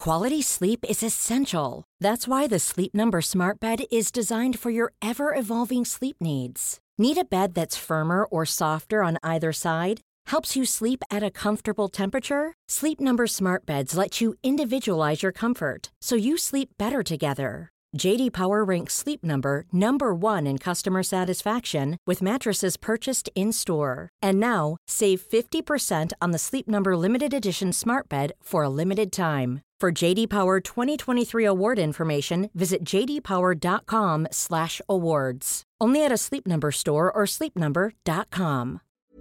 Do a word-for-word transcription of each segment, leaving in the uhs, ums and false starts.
Quality sleep is essential. That's why the Sleep Number Smart Bed is designed for your ever-evolving sleep needs. Need a bed that's firmer or softer on either side? Helps you sleep at a comfortable temperature? Sleep Number Smart Beds let you individualize your comfort, so you sleep better together. J D Power ranks Sleep Number number one in customer satisfaction with mattresses purchased in-store. And now, save fifty percent on the Sleep Number Limited Edition Smart Bed for a limited time. For J D Power twenty twenty-three award information, visit j d power dot com slash awards. Only at a Sleep Number store or sleep number dot com.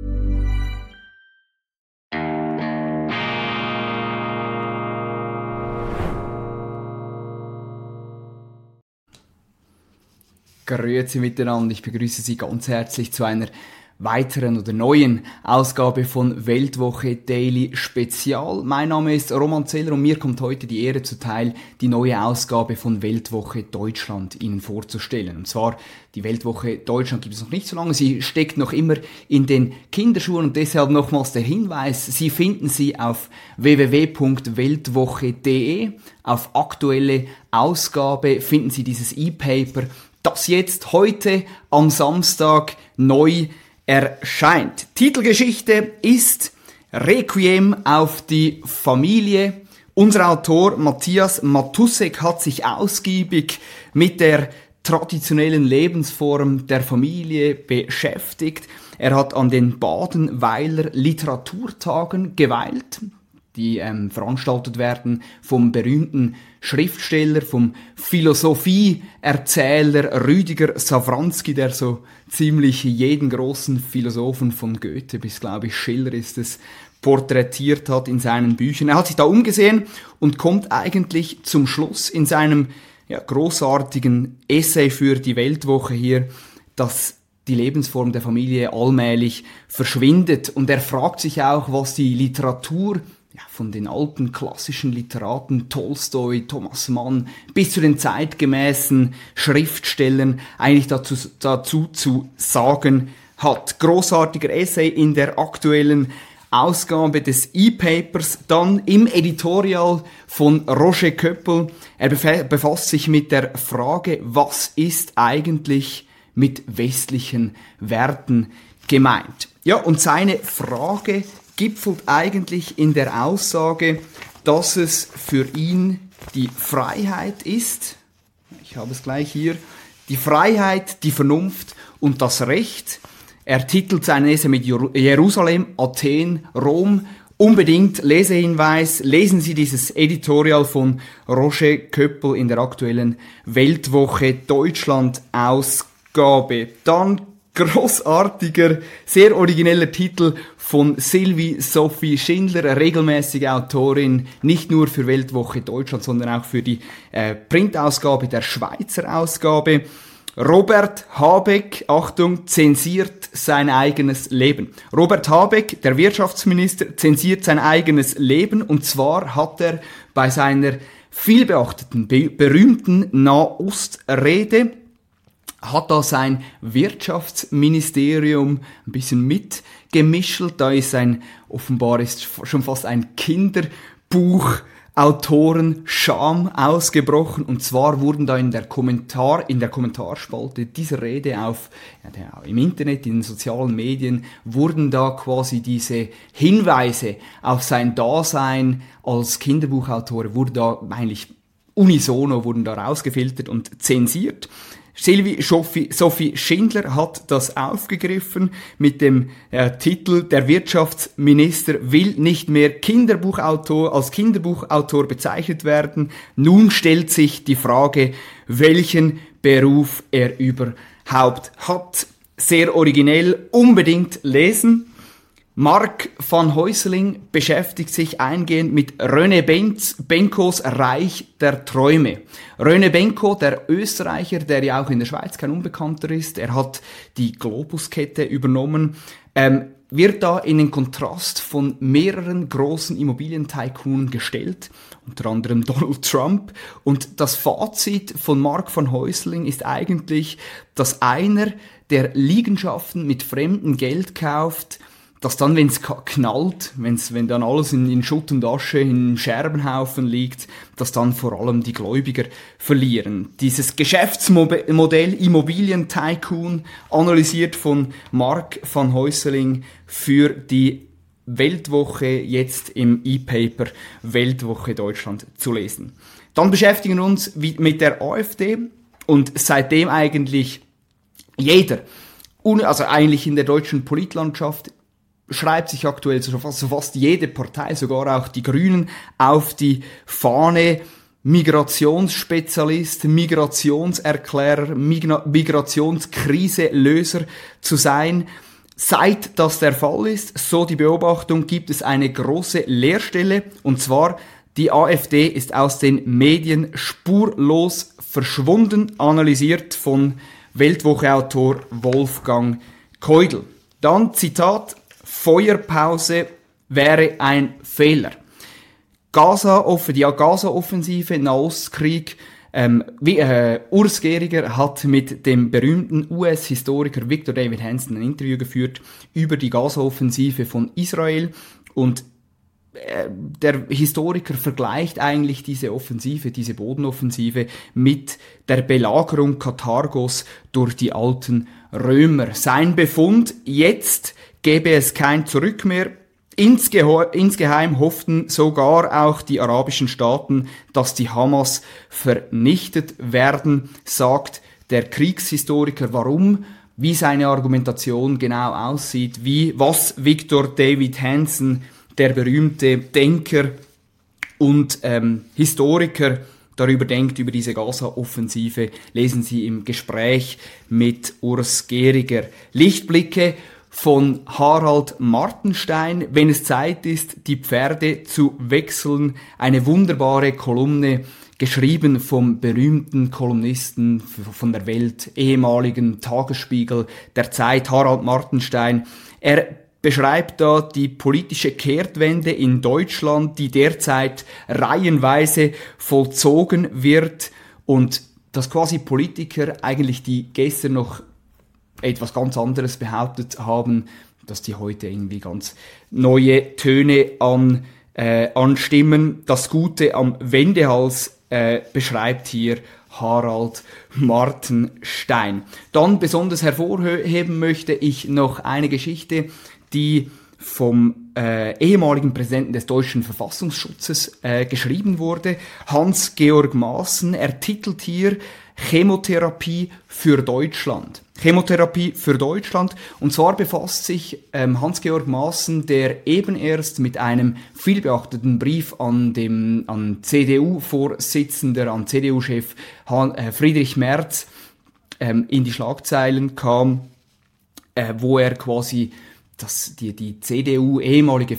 Grüezi miteinander, ich begrüße Sie ganz herzlich zu einer weiteren oder neuen Ausgabe von Weltwoche Daily Spezial. Mein Name ist Roman Zeller und mir kommt heute die Ehre zuteil, die neue Ausgabe von Weltwoche Deutschland Ihnen vorzustellen. Und zwar, die Weltwoche Deutschland gibt es noch nicht so lange, sie steckt noch immer in den Kinderschuhen und deshalb nochmals der Hinweis, Sie finden sie auf w w w punkt weltwoche punkt d e. Auf aktuelle Ausgabe finden Sie dieses E-Paper, das jetzt heute am Samstag neu erscheint. Titelgeschichte ist Requiem auf die Familie. Unser Autor Matthias Matussek hat sich ausgiebig mit der traditionellen Lebensform der Familie beschäftigt. Er hat an den Badenweiler Literaturtagen geweilt, die ähm, veranstaltet werden vom berühmten Schriftsteller, vom Philosophie-Erzähler Rüdiger Safranski, der so ziemlich jeden großen Philosophen von Goethe bis, glaube ich, Schiller ist es, porträtiert hat in seinen Büchern. Er hat sich da umgesehen und kommt eigentlich zum Schluss in seinem ja, großartigen Essay für die Weltwoche hier, dass die Lebensform der Familie allmählich verschwindet. Und er fragt sich auch, was die Literatur ja, von den alten klassischen Literaten Tolstoi, Thomas Mann bis zu den zeitgemäßen Schriftstellern eigentlich dazu, dazu zu sagen hat. Großartiger Essay in der aktuellen Ausgabe des E-Papers, dann im Editorial von Roger Köppel. Er befasst sich mit der Frage, was ist eigentlich mit westlichen Werten gemeint? Ja, und seine Frage gipfelt eigentlich in der Aussage, dass es für ihn die Freiheit ist, ich habe es gleich hier, die Freiheit, die Vernunft und das Recht. Er titelt seinen Essay mit Jerusalem, Athen, Rom. Unbedingt Lesehinweis, lesen Sie dieses Editorial von Roger Köppel in der aktuellen Weltwoche Deutschland Ausgabe. Dann großartiger, sehr origineller Titel von Sylvie Sophie Schindler, regelmäßige Autorin, nicht nur für Weltwoche Deutschland, sondern auch für die äh, Printausgabe der Schweizer Ausgabe. Robert Habeck, Achtung, zensiert sein eigenes Leben. Robert Habeck, der Wirtschaftsminister, zensiert sein eigenes Leben, und zwar hat er bei seiner vielbeachteten, be- berühmten Nahostrede hat da sein Wirtschaftsministerium ein bisschen mitgemischelt. Da ist ein, offenbar ist schon fast ein Kinderbuchautoren-Scham ausgebrochen. Und zwar wurden da in der Kommentar, in der Kommentarspalte dieser Rede auf, ja, im Internet, in den sozialen Medien, wurden da quasi diese Hinweise auf sein Dasein als Kinderbuchautor, wurde da eigentlich unisono, wurden da rausgefiltert und zensiert. Sylvie Sophie Schindler hat das aufgegriffen mit dem äh, Titel „Der Wirtschaftsminister will nicht mehr Kinderbuchautor als Kinderbuchautor bezeichnet werden. Nun stellt sich die Frage, welchen Beruf er überhaupt hat." Sehr originell, unbedingt lesen. Mark van Heuseling beschäftigt sich eingehend mit René Benkos Reich der Träume. René Benko, der Österreicher, der ja auch in der Schweiz kein Unbekannter ist, er hat die Globuskette übernommen, ähm, wird da in den Kontrast von mehreren großen Immobilientycoonen gestellt, unter anderem Donald Trump. Und das Fazit von Mark van Heuseling ist eigentlich, dass einer, der Liegenschaften mit fremdem Geld kauft, dass dann, wenn es knallt, wenn's, wenn dann alles in, in Schutt und Asche, in Scherbenhaufen liegt, dass dann vor allem die Gläubiger verlieren. Dieses Geschäftsmodell Immobilien-Tycoon, analysiert von Mark van Heuseling für die Weltwoche, jetzt im E-Paper Weltwoche Deutschland zu lesen. Dann beschäftigen wir uns mit der AfD und seitdem eigentlich jeder, also eigentlich in der deutschen Politlandschaft, schreibt sich aktuell so fast, so fast jede Partei, sogar auch die Grünen, auf die Fahne, Migrationsspezialist, Migrationserklärer, Migra- Migrationskriselöser zu sein. Seit das der Fall ist, so die Beobachtung, gibt es eine große Leerstelle, und zwar die AfD ist aus den Medien spurlos verschwunden, analysiert von Weltwoche-Autor Wolfgang Keudel. Dann Zitat: Feuerpause wäre ein Fehler. Gaza, die Gaza-Offensive, Nahostkrieg. Ähm, wie, äh, Urs Gehriger hat mit dem berühmten U S-Historiker Victor David Hanson ein Interview geführt über die Gaza-Offensive von Israel, und äh, der Historiker vergleicht eigentlich diese Offensive, diese Bodenoffensive mit der Belagerung Karthagos durch die alten Römer. Sein Befund: Jetzt gäbe es kein Zurück mehr. Insge- insgeheim hofften sogar auch die arabischen Staaten, dass die Hamas vernichtet werden, sagt der Kriegshistoriker. Warum? Wie seine Argumentation genau aussieht, wie, was Victor David Hanson, der berühmte Denker und ähm, Historiker, darüber denkt, über diese Gaza-Offensive, lesen Sie im Gespräch mit Urs Gehriger. Lichtblicke von Harald Martenstein, wenn es Zeit ist, die Pferde zu wechseln. Eine wunderbare Kolumne, geschrieben vom berühmten Kolumnisten von der Welt, ehemaligen Tagesspiegel der Zeit, Harald Martenstein. Er beschreibt da die politische Kehrtwende in Deutschland, die derzeit reihenweise vollzogen wird, und dass quasi Politiker eigentlich, die gestern noch etwas ganz anderes behauptet haben, dass die heute irgendwie ganz neue Töne an, äh, anstimmen. Das Gute am Wendehals äh, beschreibt hier Harald Martenstein. Dann besonders hervorheben möchte ich noch eine Geschichte, die vom äh, ehemaligen Präsidenten des deutschen Verfassungsschutzes äh, geschrieben wurde, Hans-Georg Maaßen. Er titelt hier Chemotherapie für Deutschland. Chemotherapie für Deutschland. Und zwar befasst sich ähm, Hans-Georg Maaßen, der eben erst mit einem vielbeachteten Brief an dem an C D U-Vorsitzender, an C D U-Chef äh, Friedrich Merz ähm, in die Schlagzeilen kam, äh, wo er quasi dass die, die C D U, ehemalige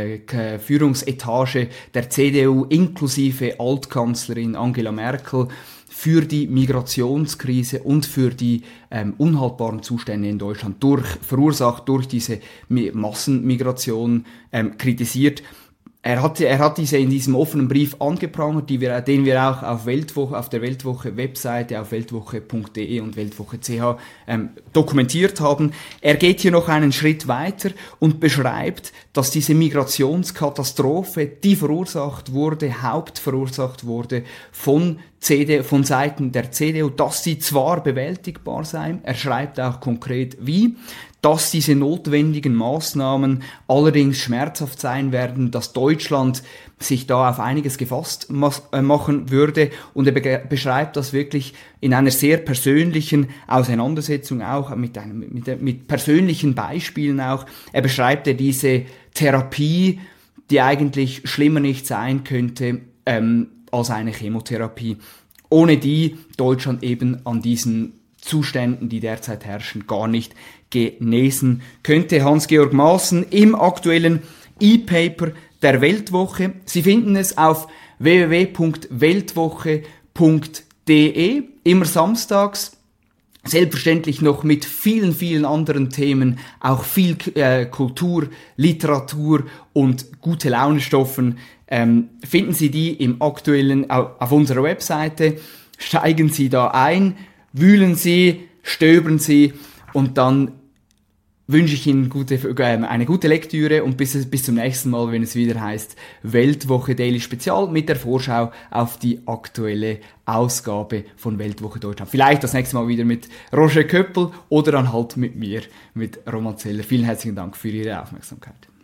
äh, Führungsetage der C D U inklusive Altkanzlerin Angela Merkel für die Migrationskrise und für die ähm, unhaltbaren Zustände in Deutschland durch, verursacht durch diese Massenmigration ähm, kritisiert. Er hat, er hat diese in diesem offenen Brief angeprangert, die wir, den wir auch auf Weltwoche, auf der Weltwoche-Webseite, auf weltwoche punkt de und weltwoche punkt c h ähm, dokumentiert haben. Er geht hier noch einen Schritt weiter und beschreibt, dass diese Migrationskatastrophe, die verursacht wurde, hauptverursacht wurde von C D U, von Seiten der C D U, dass sie zwar bewältigbar sei, er schreibt auch konkret wie, dass diese notwendigen Maßnahmen allerdings schmerzhaft sein werden, dass Deutschland sich da auf einiges gefasst machen würde, und er be- beschreibt das wirklich in einer sehr persönlichen Auseinandersetzung, auch mit, einem, mit, mit persönlichen Beispielen auch. Er beschreibt ja diese Therapie, die eigentlich schlimmer nicht sein könnte ähm, als eine Chemotherapie, ohne die Deutschland eben an diesen Zuständen, die derzeit herrschen, gar nicht genesen könnte. Hans-Georg Maaßen im aktuellen E-Paper der Weltwoche. Sie finden es auf w w w punkt weltwoche punkt de, immer samstags. Selbstverständlich noch mit vielen, vielen anderen Themen, auch viel äh, Kultur, Literatur und gute Launestoffen. Ähm, finden Sie die im aktuellen, auf, auf unserer Webseite. Steigen Sie da ein, wühlen Sie, stöbern Sie, und dann wünsche ich Ihnen gute, äh, eine gute Lektüre und bis, bis zum nächsten Mal, wenn es wieder heißt Weltwoche Daily Spezial mit der Vorschau auf die aktuelle Ausgabe von Weltwoche Deutschland. Vielleicht das nächste Mal wieder mit Roger Köppel oder dann halt mit mir, mit Roman Zeller. Vielen herzlichen Dank für Ihre Aufmerksamkeit.